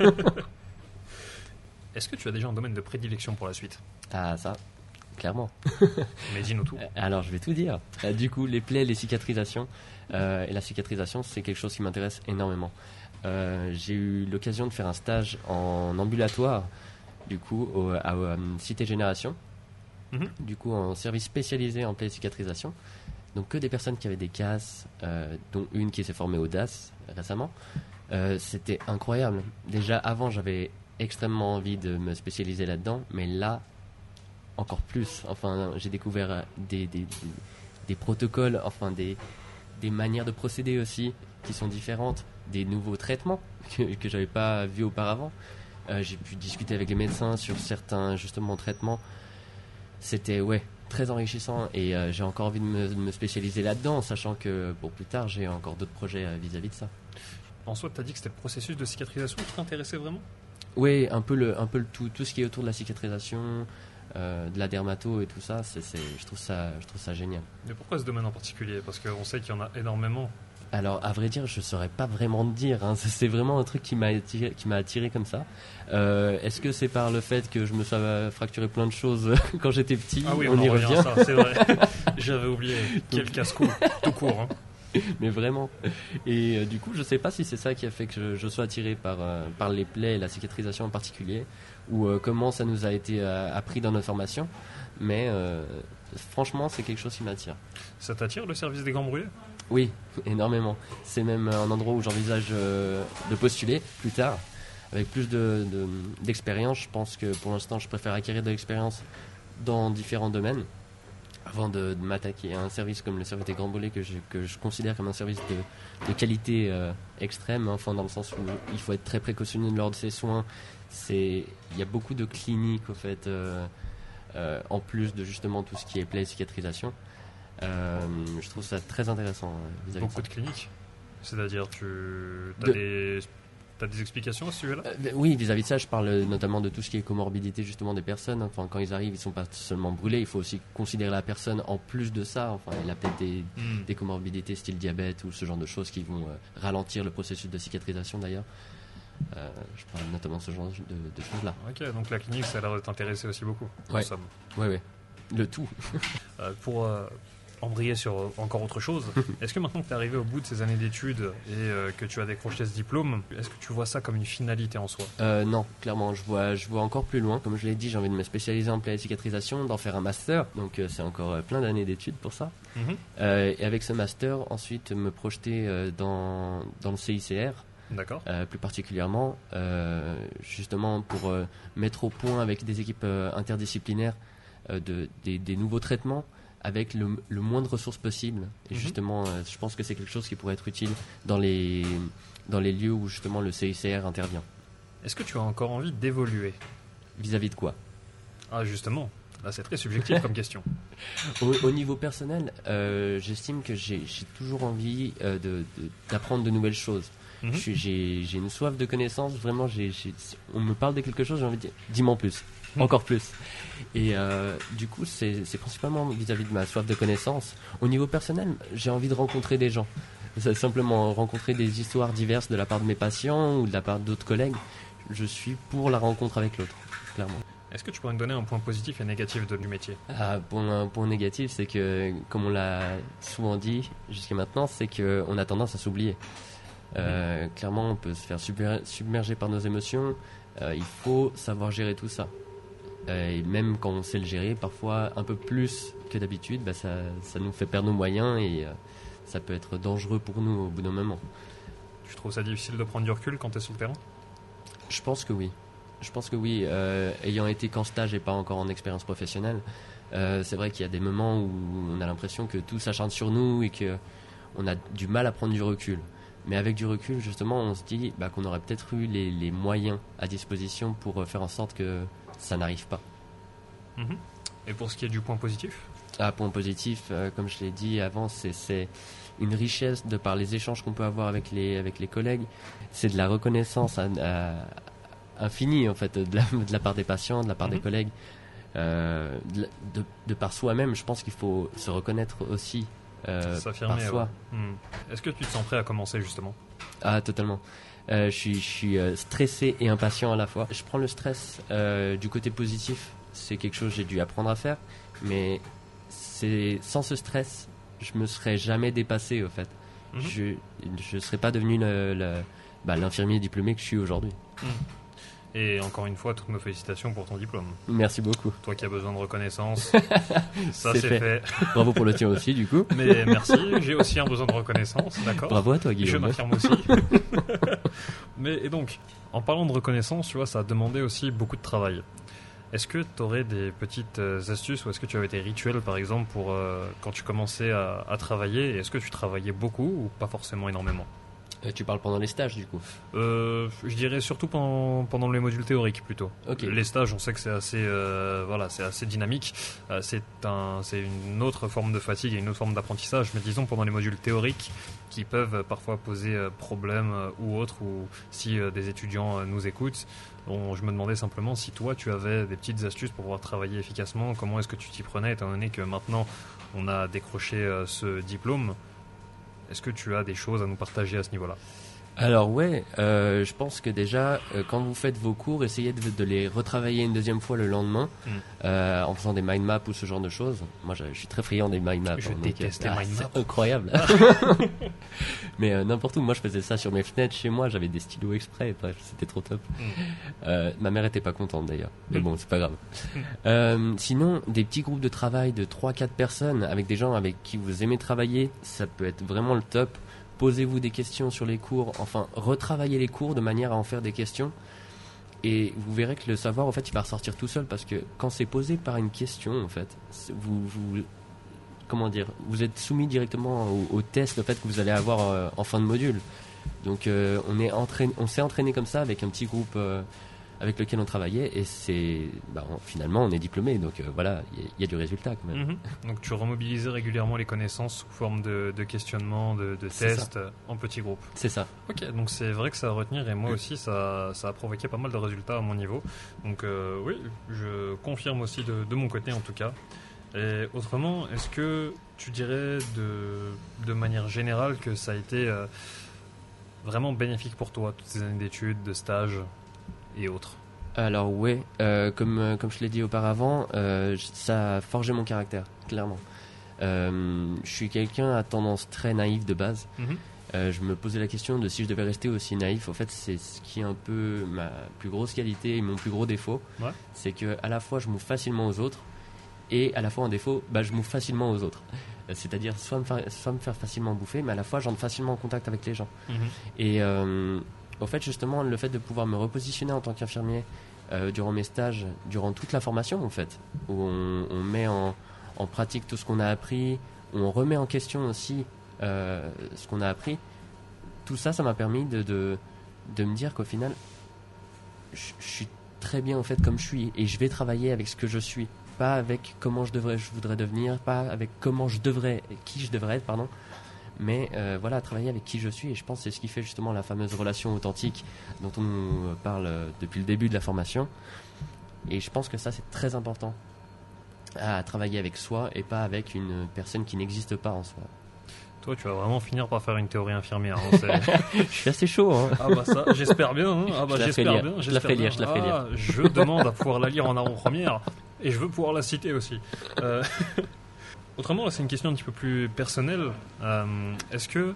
Est-ce que tu as déjà un domaine de prédilection pour la suite? Ah ça, clairement. Mais dis-nous tout. Alors je vais tout dire. Euh, du coup, les plaies, les cicatrisations. Euh, et la cicatrisation, c'est quelque chose qui m'intéresse énormément. Euh, j'ai eu l'occasion de faire un stage en ambulatoire, du coup, au, à, à Cité Génération. Mhm. Du coup, en service spécialisé en plaies et cicatrisation. Donc que des personnes qui avaient des casses, euh, dont une qui s'est formée au D A S récemment. Euh, c'était incroyable. Déjà avant, j'avais extrêmement envie de me spécialiser là-dedans, mais là, encore plus. Enfin, j'ai découvert des, des, des, des protocoles, enfin des, des manières de procéder aussi qui sont différentes, des nouveaux traitements que, que j'avais pas vus auparavant. Euh, j'ai pu discuter avec les médecins sur certains justement traitements c'était ouais, très enrichissant et euh, j'ai encore envie de me, de me spécialiser là-dedans, sachant que pour plus tard, j'ai encore d'autres projets euh, vis-à-vis de ça. En soi, tu as dit que c'était le processus de cicatrisation qui t'intéressait vraiment ? Oui, un peu le, un peu le tout, tout ce qui est autour de la cicatrisation, euh, de la dermato et tout ça, c'est, c'est, je, trouve ça je trouve ça génial. Mais pourquoi ce domaine en particulier ? Parce qu'on sait qu'il y en a énormément. Alors, à vrai dire, je ne saurais pas vraiment te dire. Hein. C'est vraiment un truc qui m'a attiré, qui m'a attiré comme ça. Euh, est-ce que c'est par le fait que je me sois fracturé plein de choses quand j'étais petit ? Ah oui, on, on y en revient. revient. À ça, c'est vrai. J'avais oublié. Quel casse-cou, tout court. Hein. Mais vraiment. Et euh, du coup, je sais pas si c'est ça qui a fait que je, je sois attiré par, euh, par les plaies et la cicatrisation en particulier, ou euh, comment ça nous a été euh, appris dans notre formation. Mais euh, franchement, c'est quelque chose qui m'attire. Ça t'attire le service des gants brûlés ? Oui, énormément. C'est même un endroit où j'envisage euh, de postuler plus tard. Avec plus de, de, d'expérience, je pense que pour l'instant, je préfère acquérir de l'expérience dans différents domaines avant de, de m'attaquer à un service comme le service des grands brûlés que je, que je considère comme un service de, de qualité euh, extrême, hein, enfin, dans le sens où il faut être très précautionneux lors de ses soins. C'est, il y a beaucoup de cliniques au fait, euh, euh, en plus de justement tout ce qui est plaie et cicatrisation. Euh, je trouve ça très intéressant euh, vis-à-vis Beaucoup de de ça. cliniques ? C'est-à-dire, tu as De- des... T'as des explications à ce sujet-là ? Euh, oui, vis-à-vis de ça, je parle notamment de tout ce qui est comorbidité justement des personnes. Enfin, quand ils arrivent, ils sont pas seulement brûlés, il faut aussi considérer la personne en plus de ça. Enfin, elle a peut-être des, Hmm. des comorbidités style diabète ou ce genre de choses qui vont euh, ralentir le processus de cicatrisation d'ailleurs. Euh, je parle notamment de ce genre de, de choses-là. Ok, donc la clinique, ça a l'air de t'intéresser aussi beaucoup. en Ouais. somme. Ouais, ouais. Le tout. Euh, pour euh, embrayer sur euh, encore autre chose, est-ce que maintenant que tu es arrivé au bout de ces années d'études et euh, que tu as décroché ce diplôme, est-ce que tu vois ça comme une finalité en soi ? Euh, non, clairement, je vois, je vois encore plus loin. Comme je l'ai dit, j'ai envie de me spécialiser en plaie et cicatrisation, d'en faire un master. Donc euh, c'est encore euh, plein d'années d'études pour ça. Mhm. Euh, et avec ce master, ensuite me projeter euh, dans, dans le C I C R. D'accord. Euh, plus particulièrement, euh, justement pour euh, mettre au point avec des équipes euh, interdisciplinaires euh, de, des, des nouveaux traitements avec le, le moins de ressources possible. Et Mhm. justement, euh, je pense que c'est quelque chose qui pourrait être utile dans les, dans les lieux où justement le C I C R intervient. Est-ce que tu as encore envie d'évoluer ? Vis-à-vis de quoi ? Ah justement, là c'est très subjectif comme question. Au, au niveau personnel, euh, j'estime que j'ai, j'ai toujours envie euh, de, de- d'apprendre de nouvelles choses. Mhm. Je suis- j'ai, j'ai une soif de connaissances, vraiment, j'ai, j'ai- on me parle de quelque chose, j'ai envie de dire, dis-moi en plus, Mhm. encore plus. Et euh, du coup, c'est, c'est principalement vis-à-vis de ma soif de connaissances. Au niveau personnel, j'ai envie de rencontrer des gens. C'est simplement rencontrer des histoires diverses de la part de mes patients ou de la part d'autres collègues. Je suis pour la rencontre avec l'autre, clairement. Est-ce que tu pourrais me donner un point positif et négatif de, du métier ? Ah, point, un point négatif, c'est que, comme on l'a souvent dit jusqu'à maintenant, c'est qu'on a tendance à s'oublier. Euh, clairement, on peut se faire submer- submerger par nos émotions. Euh, il faut savoir gérer tout ça. Euh, et même quand on sait le gérer, parfois un peu plus que d'habitude, bah, ça, ça nous fait perdre nos moyens et euh, ça peut être dangereux pour nous au bout d'un moment. Tu trouves ça difficile de prendre du recul quand tu es sur le terrain ? Je pense que oui. Je pense que oui. Euh, ayant été qu'en stage et pas encore en expérience professionnelle, euh, c'est vrai qu'il y a des moments où on a l'impression que tout s'acharne sur nous et que on a du mal à prendre du recul. Mais avec du recul, justement, on se dit bah, qu'on aurait peut-être eu les, les moyens à disposition pour euh, faire en sorte que ça n'arrive pas. Mhm. Et pour ce qui est du point positif ? Ah, point positif, euh, comme je l'ai dit avant, c'est, c'est une richesse de par les échanges qu'on peut avoir avec les, avec les collègues. C'est de la reconnaissance à, à- infinie, en fait, de la, de la part des patients, de la part Mhm. des collègues. Euh, de, de- de par soi-même, je pense qu'il faut se reconnaître aussi euh, S'affirmer, par soi. ouais. Hmm. Est-ce que tu te sens prêt à commencer justement ? Ah, totalement. Euh, je suis, je suis euh, stressé et impatient à la fois. Je prends le stress euh, du côté positif. C'est quelque chose que j'ai dû apprendre à faire. Mais c'est, sans ce stress, je me serais jamais dépassé, au fait. Mhm. Je ne serais pas devenu le, le- bah, l'infirmier diplômé que je suis aujourd'hui. Et encore une fois, toutes nos félicitations pour ton diplôme. Merci beaucoup. Toi qui as besoin de reconnaissance, ça C'est c'est fait. fait. Bravo pour le tien aussi, du coup. Mais merci, j'ai aussi un besoin de reconnaissance, d'accord ? Bravo à toi, Je Guillaume. m'affirme aussi. Mais et donc, en parlant de reconnaissance, tu vois, ça a demandé aussi beaucoup de travail. Est-ce que tu aurais des petites euh, astuces ou est-ce que tu avais des rituels, par exemple, pour euh, quand tu commençais à, à travailler ? Et est-ce que tu travaillais beaucoup ou pas forcément énormément ? Euh, tu parles pendant les stages du coup? Euh, je dirais surtout pendant, pendant les modules théoriques plutôt. Okay. Les stages, on sait que c'est assez, euh, voilà, c'est assez dynamique. Euh, c'est, un, c'est une autre forme de fatigue et une autre forme d'apprentissage. Mais disons pendant les modules théoriques qui peuvent parfois poser euh, problème euh, ou autre, ou si euh, des étudiants euh, nous écoutent, on, je me demandais simplement si toi tu avais des petites astuces pour pouvoir travailler efficacement. Comment est-ce que tu t'y prenais étant donné que maintenant on a décroché euh, ce diplôme? Est-ce que tu as des choses à nous partager à ce niveau-là? Alors ouais, euh, je pense que déjà, euh, quand vous faites vos cours, essayez de, de les retravailler une deuxième fois le lendemain, mm. euh, en faisant des mind maps ou ce genre de choses. Moi, je, je suis très friand des mind maps. Je hein, déteste donc, les ah, mind maps. C'est incroyable. Mais euh, n'importe où, moi je faisais ça sur mes fenêtres chez moi, j'avais des stylos exprès, bref, c'était trop top. Mm. Euh, ma mère était pas contente d'ailleurs, mais mm. bon, c'est pas grave. Mm. Euh, sinon, des petits groupes de travail de trois quatre personnes, avec des gens avec qui vous aimez travailler, ça peut être vraiment le top. Posez-vous des questions sur les cours, enfin retravaillez les cours de manière à en faire des questions et vous verrez que le savoir en fait il va ressortir tout seul, parce que quand c'est posé par une question en fait, vous, vous comment dire, vous êtes soumis directement au, au test en fait que vous allez avoir euh, en fin de module. Donc euh, on est entraîné, on s'est entraîné comme ça avec un petit groupe euh, avec lequel on travaillait, et c'est bah, on, finalement on est diplômé, donc euh, voilà, il y, y a du résultat quand même. Mm-hmm. Donc tu remobilisais régulièrement les connaissances sous forme de, de questionnement, de, de tests en petits groupes. C'est ça. Ok, donc c'est vrai que ça à retenir, et moi aussi ça, ça a provoqué pas mal de résultats à mon niveau. Donc euh, oui, je confirme aussi de, de mon côté en tout cas. Et autrement, est-ce que tu dirais de, de manière générale que ça a été euh, vraiment bénéfique pour toi, toutes ces années d'études, de stages et autres? Alors ouais, euh, comme, euh, comme je l'ai dit auparavant, euh, ça a forgé mon caractère, clairement. Euh, je suis quelqu'un à tendance très naïve de base. Mm-hmm. Euh, je me posais la question de si je devais rester aussi naïf. En fait, c'est ce qui est un peu ma plus grosse qualité et mon plus gros défaut. Ouais. C'est que à la fois je m'ouvre facilement aux autres, et à la fois en défaut, bah, je m'ouvre facilement aux autres. C'est-à-dire soit me, faire, soit me faire facilement bouffer, mais à la fois j'entre facilement en contact avec les gens. Mm-hmm. Et... Euh, En fait, justement, le fait de pouvoir me repositionner en tant qu'infirmier euh, durant mes stages, durant toute la formation, en fait, où on, on met en, en pratique tout ce qu'on a appris, où on remet en question aussi euh, ce qu'on a appris, tout ça, ça m'a permis de, de, de me dire qu'au final, je, je suis très bien, en fait, comme je suis, et je vais travailler avec ce que je suis, pas avec comment je, devrais, je voudrais devenir, pas avec comment je devrais, qui je devrais être, pardon. Mais euh, voilà, travailler avec qui je suis, et je pense que c'est ce qui fait justement la fameuse relation authentique dont on nous parle depuis le début de la formation. Et je pense que ça, c'est très important, à travailler avec soi et pas avec une personne qui n'existe pas en soi. Toi, tu vas vraiment finir par faire une théorie infirmière. Hein, je suis assez chaud. Hein. Ah bah ça, j'espère bien. Hein. Ah bah je j'espère bien. Je la ferai lire, je la ferai lire. Ah, je demande à pouvoir la lire en avant-première, et je veux pouvoir la citer aussi. Euh... Autrement, là, c'est une question un petit peu plus personnelle. Euh, est-ce que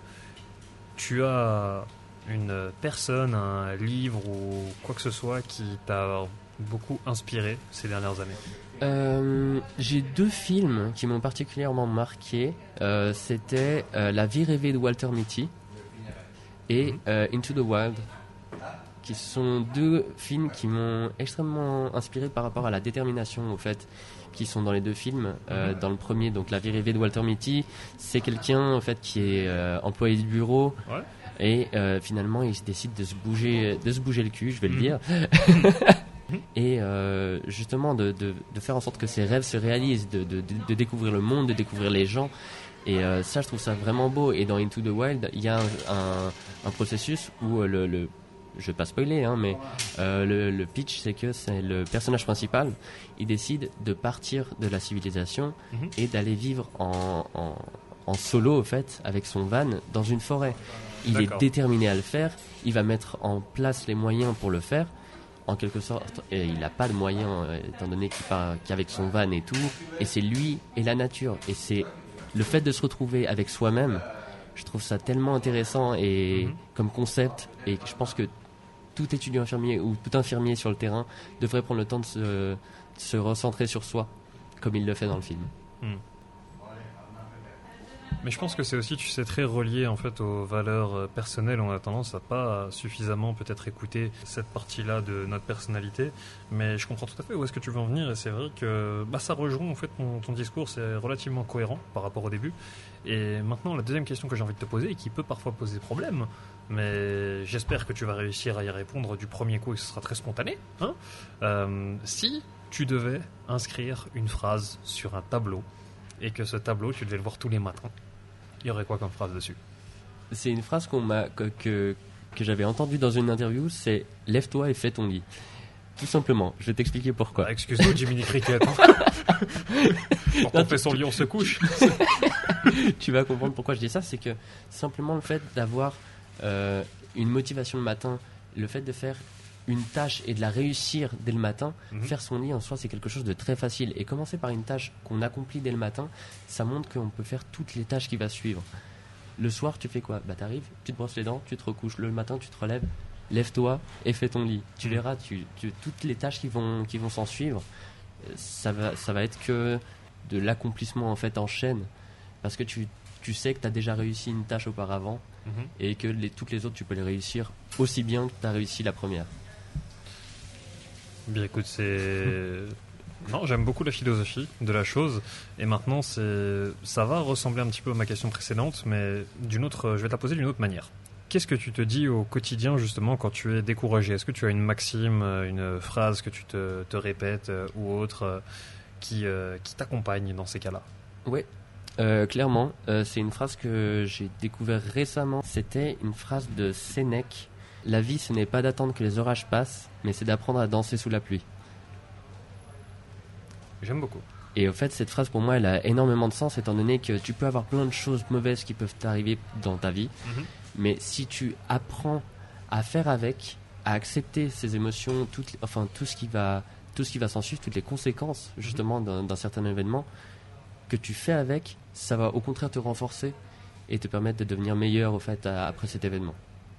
tu as une personne, un livre ou quoi que ce soit qui t'a beaucoup inspiré ces dernières années? euh, J'ai deux films qui m'ont particulièrement marqué. Euh, c'était euh, La vie rêvée de Walter Mitty et mm-hmm. euh, Into the Wild, qui sont deux films qui m'ont extrêmement inspiré par rapport à la détermination, au fait, qui sont dans les deux films. Euh, dans le premier, donc La vie rêvée de Walter Mitty, c'est quelqu'un en fait qui est euh, employé de bureau, ouais. et euh, finalement il décide de se bouger, de se bouger le cul, je vais mmh. le dire, et euh, justement de, de, de faire en sorte que ses rêves se réalisent, de, de, de, de découvrir le monde, de découvrir les gens. Et euh, ça, je trouve ça vraiment beau. Et dans Into the Wild, il y a un, un, un processus où le, le je vais pas spoiler, hein, mais euh, le, le pitch, c'est que c'est le personnage principal, il décide de partir de la civilisation mm-hmm. et d'aller vivre en, en, en solo, au fait, avec son van, dans une forêt. Il D'accord. est déterminé à le faire, il va mettre en place les moyens pour le faire, en quelque sorte, et il n'a pas de moyens, étant donné qu'il part qu'avec son van et tout, et c'est lui et la nature, et c'est le fait de se retrouver avec soi-même. Je trouve ça tellement intéressant et mm-hmm. comme concept, et je pense que tout étudiant infirmier ou tout infirmier sur le terrain devrait prendre le temps de se, de se recentrer sur soi, comme il le fait dans le film. Mm. Mais je pense que c'est aussi, tu sais, très relié en fait aux valeurs personnelles. On a tendance à pas suffisamment peut-être écouter cette partie-là de notre personnalité. Mais je comprends tout à fait où est-ce que tu veux en venir. Et c'est vrai que bah, ça rejoint en fait ton, ton discours. C'est relativement cohérent par rapport au début. Et maintenant, la deuxième question que j'ai envie de te poser et qui peut parfois poser problème, mais j'espère que tu vas réussir à y répondre du premier coup et que ce sera très spontané. Hein euh, si tu devais inscrire une phrase sur un tableau et que ce tableau, tu devais le voir tous les matins, il y aurait quoi comme phrase dessus? C'est une phrase qu'on m'a, que, que, que j'avais entendue dans une interview, c'est « Lève-toi et fais ton lit ». Tout simplement, je vais t'expliquer pourquoi. Ah, excuse-nous, Jiminy Cricket. Quand on fait son lit, on se couche. Tu vas comprendre pourquoi je dis ça, c'est que simplement le fait d'avoir euh, une motivation le matin, le fait de faire une tâche et de la réussir dès le matin, mm-hmm. faire son lit en soi c'est quelque chose de très facile. Et commencer par une tâche qu'on accomplit dès le matin, ça montre qu'on peut faire toutes les tâches qui vont suivre. Le soir, tu fais quoi? Bah t'arrives, tu te brosses les dents, tu te recouches. Le matin, tu te relèves, lève-toi et fais ton lit. Tu verras, tu, tu, toutes les tâches qui vont, qui vont s'en suivre, ça va, ça va être que de l'accomplissement en fait en chaîne. Parce que tu, tu sais que tu as déjà réussi une tâche auparavant mm-hmm. et que les, toutes les autres, tu peux les réussir aussi bien que tu as réussi la première. Bien écoute, c'est... Non, j'aime beaucoup la philosophie de la chose. Et maintenant, c'est... ça va ressembler un petit peu à ma question précédente, mais d'une autre... je vais te la poser d'une autre manière. Qu'est-ce que tu te dis au quotidien, justement, quand tu es découragé? Est-ce que tu as une maxime, une phrase que tu te, te répètes ou autre qui, euh, qui t'accompagne dans ces cas-là? Oui, euh, clairement. Euh, c'est une phrase que j'ai découvert récemment. C'était une phrase de Sénèque. La vie, ce n'est pas d'attendre que les orages passent, mais c'est d'apprendre à danser sous la pluie. J'aime beaucoup. Et au fait, cette phrase, pour moi, elle a énormément de sens, étant donné que tu peux avoir plein de choses mauvaises qui peuvent t'arriver dans ta vie, mm-hmm. mais si tu apprends à faire avec, à accepter ces émotions, toutes, enfin tout ce qui va, tout ce qui va s'en suivre, toutes les conséquences, justement, mm-hmm. d'un, d'un certain événement, que tu fais avec, ça va au contraire te renforcer et te permettre de devenir meilleur, au fait, à, après cet événement.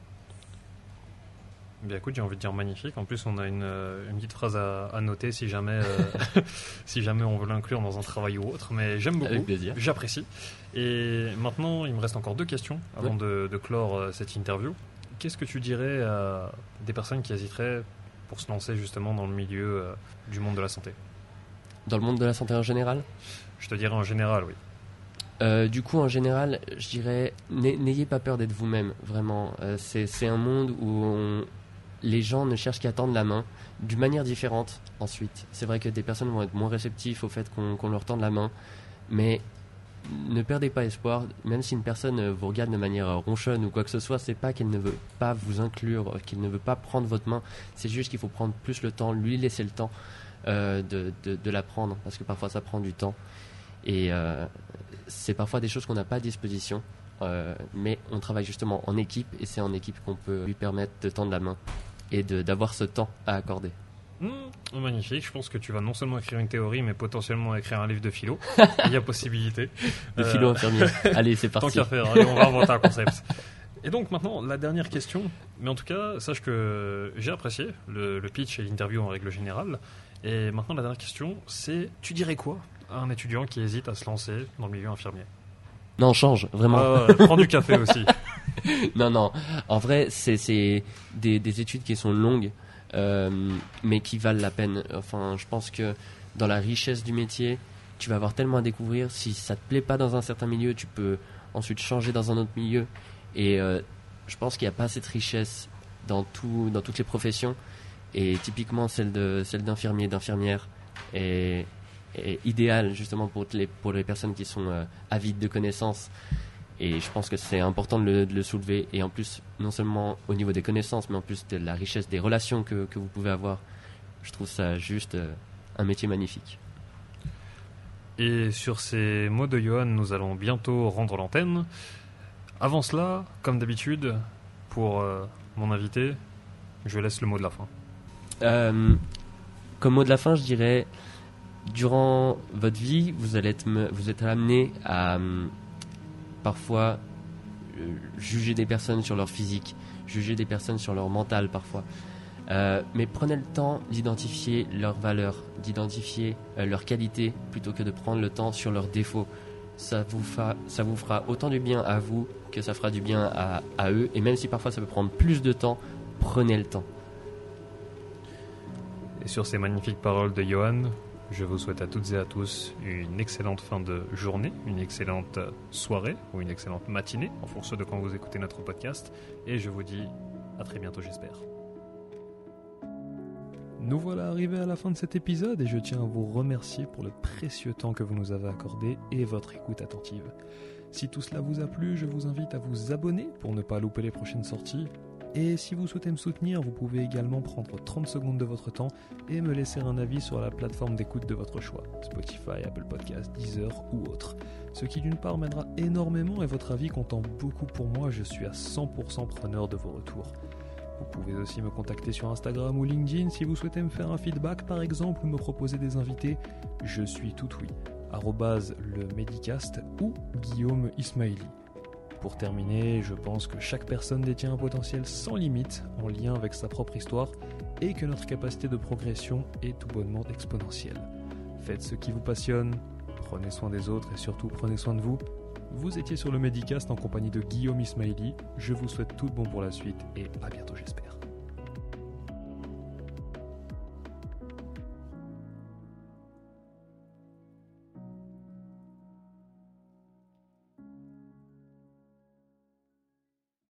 Bien écoute, j'ai envie de dire magnifique. En plus, on a une, une petite phrase à, à noter si jamais, euh, si jamais on veut l'inclure dans un travail ou autre. Mais j'aime beaucoup, avec plaisir. J'apprécie. Et maintenant, il me reste encore deux questions avant ouais. de, de clore euh, cette interview. Qu'est-ce que tu dirais à des personnes qui hésiteraient pour se lancer justement dans le milieu euh, du monde de la santé? Dans le monde de la santé en général? Je te dirais en général, oui. Euh, du coup, en général, je dirais, n'ayez pas peur d'être vous-même, vraiment. Euh, c'est, c'est un monde où on... les gens ne cherchent qu'à tendre la main d'une manière différente ensuite. C'est vrai que des personnes vont être moins réceptives au fait qu'on, qu'on leur tende la main, mais ne perdez pas espoir. Même si une personne vous regarde de manière ronchonne ou quoi que ce soit, c'est pas qu'elle ne veut pas vous inclure, qu'elle ne veut pas prendre votre main. C'est juste qu'il faut prendre plus le temps, lui laisser le temps euh, de, de, de la prendre, parce que parfois ça prend du temps. Et euh, c'est parfois des choses qu'on n'a pas à disposition, euh, mais on travaille justement en équipe, et c'est en équipe qu'on peut lui permettre de tendre la main et de, d'avoir ce temps à accorder. Mmh, magnifique, je pense que tu vas non seulement écrire une théorie, mais potentiellement écrire un livre de philo. Il y a possibilité. De philo euh... infirmier. Allez, c'est parti. Tant qu'à faire, allez, on va inventer un concept. Et donc maintenant, la dernière question, mais en tout cas, sache que j'ai apprécié le, le pitch et l'interview en règle générale. Et maintenant, la dernière question, c'est, tu dirais quoi à un étudiant qui hésite à se lancer dans le milieu infirmier? Non, change, vraiment. Ah, ouais, prends du café aussi. Non, non. En vrai, c'est, c'est des, des études qui sont longues, euh, mais qui valent la peine. Enfin, je pense que dans la richesse du métier, tu vas avoir tellement à découvrir. Si ça te plaît pas dans un certain milieu, tu peux ensuite changer dans un autre milieu. Et euh, je pense qu'il n'y a pas cette richesse dans, tout, dans toutes les professions. Et typiquement, celle, de, celle d'infirmier, d'infirmière est, est idéale justement pour les, pour les personnes qui sont euh, avides de connaissances. Et je pense que c'est important de le, de le soulever. Et en plus, non seulement au niveau des connaissances, mais en plus de la richesse des relations que, que vous pouvez avoir. Je trouve ça juste euh, un métier magnifique. Et sur ces mots de Johan, nous allons bientôt rendre l'antenne. Avant cela, comme d'habitude, pour euh, mon invité, je laisse le mot de la fin. Euh, comme mot de la fin, je dirais, durant votre vie, vous allez être, vous êtes amené à euh, parfois euh, juger des personnes sur leur physique, juger des personnes sur leur mental parfois. Euh, mais prenez le temps d'identifier leurs valeurs, d'identifier euh, leurs qualités, plutôt que de prendre le temps sur leurs défauts. ça vous, fa- ça vous fera autant du bien à vous que ça fera du bien à, à eux. Et même si parfois ça peut prendre plus de temps, prenez le temps. Et sur ces magnifiques paroles de Johan, je vous souhaite à toutes et à tous une excellente fin de journée, une excellente soirée ou une excellente matinée en fonction de quand vous écoutez notre podcast. Et je vous dis à très bientôt, j'espère. Nous voilà arrivés à la fin de cet épisode et je tiens à vous remercier pour le précieux temps que vous nous avez accordé et votre écoute attentive. Si tout cela vous a plu, je vous invite à vous abonner pour ne pas louper les prochaines sorties. Et si vous souhaitez me soutenir, vous pouvez également prendre trente secondes de votre temps et me laisser un avis sur la plateforme d'écoute de votre choix, Spotify, Apple Podcasts, Deezer ou autre. Ce qui d'une part m'aidera énormément et votre avis comptant beaucoup pour moi, je suis à cent pour cent preneur de vos retours. Vous pouvez aussi me contacter sur Instagram ou LinkedIn si vous souhaitez me faire un feedback par exemple ou me proposer des invités. Je suis tout oui, arrobase le Medicast ou Guillaume Ismaili. Pour terminer, je pense que chaque personne détient un potentiel sans limite en lien avec sa propre histoire et que notre capacité de progression est tout bonnement exponentielle. Faites ce qui vous passionne, prenez soin des autres et surtout prenez soin de vous. Vous étiez sur le Medicast en compagnie de Guillaume Ismaili. Je vous souhaite tout de bon pour la suite et à bientôt j'espère.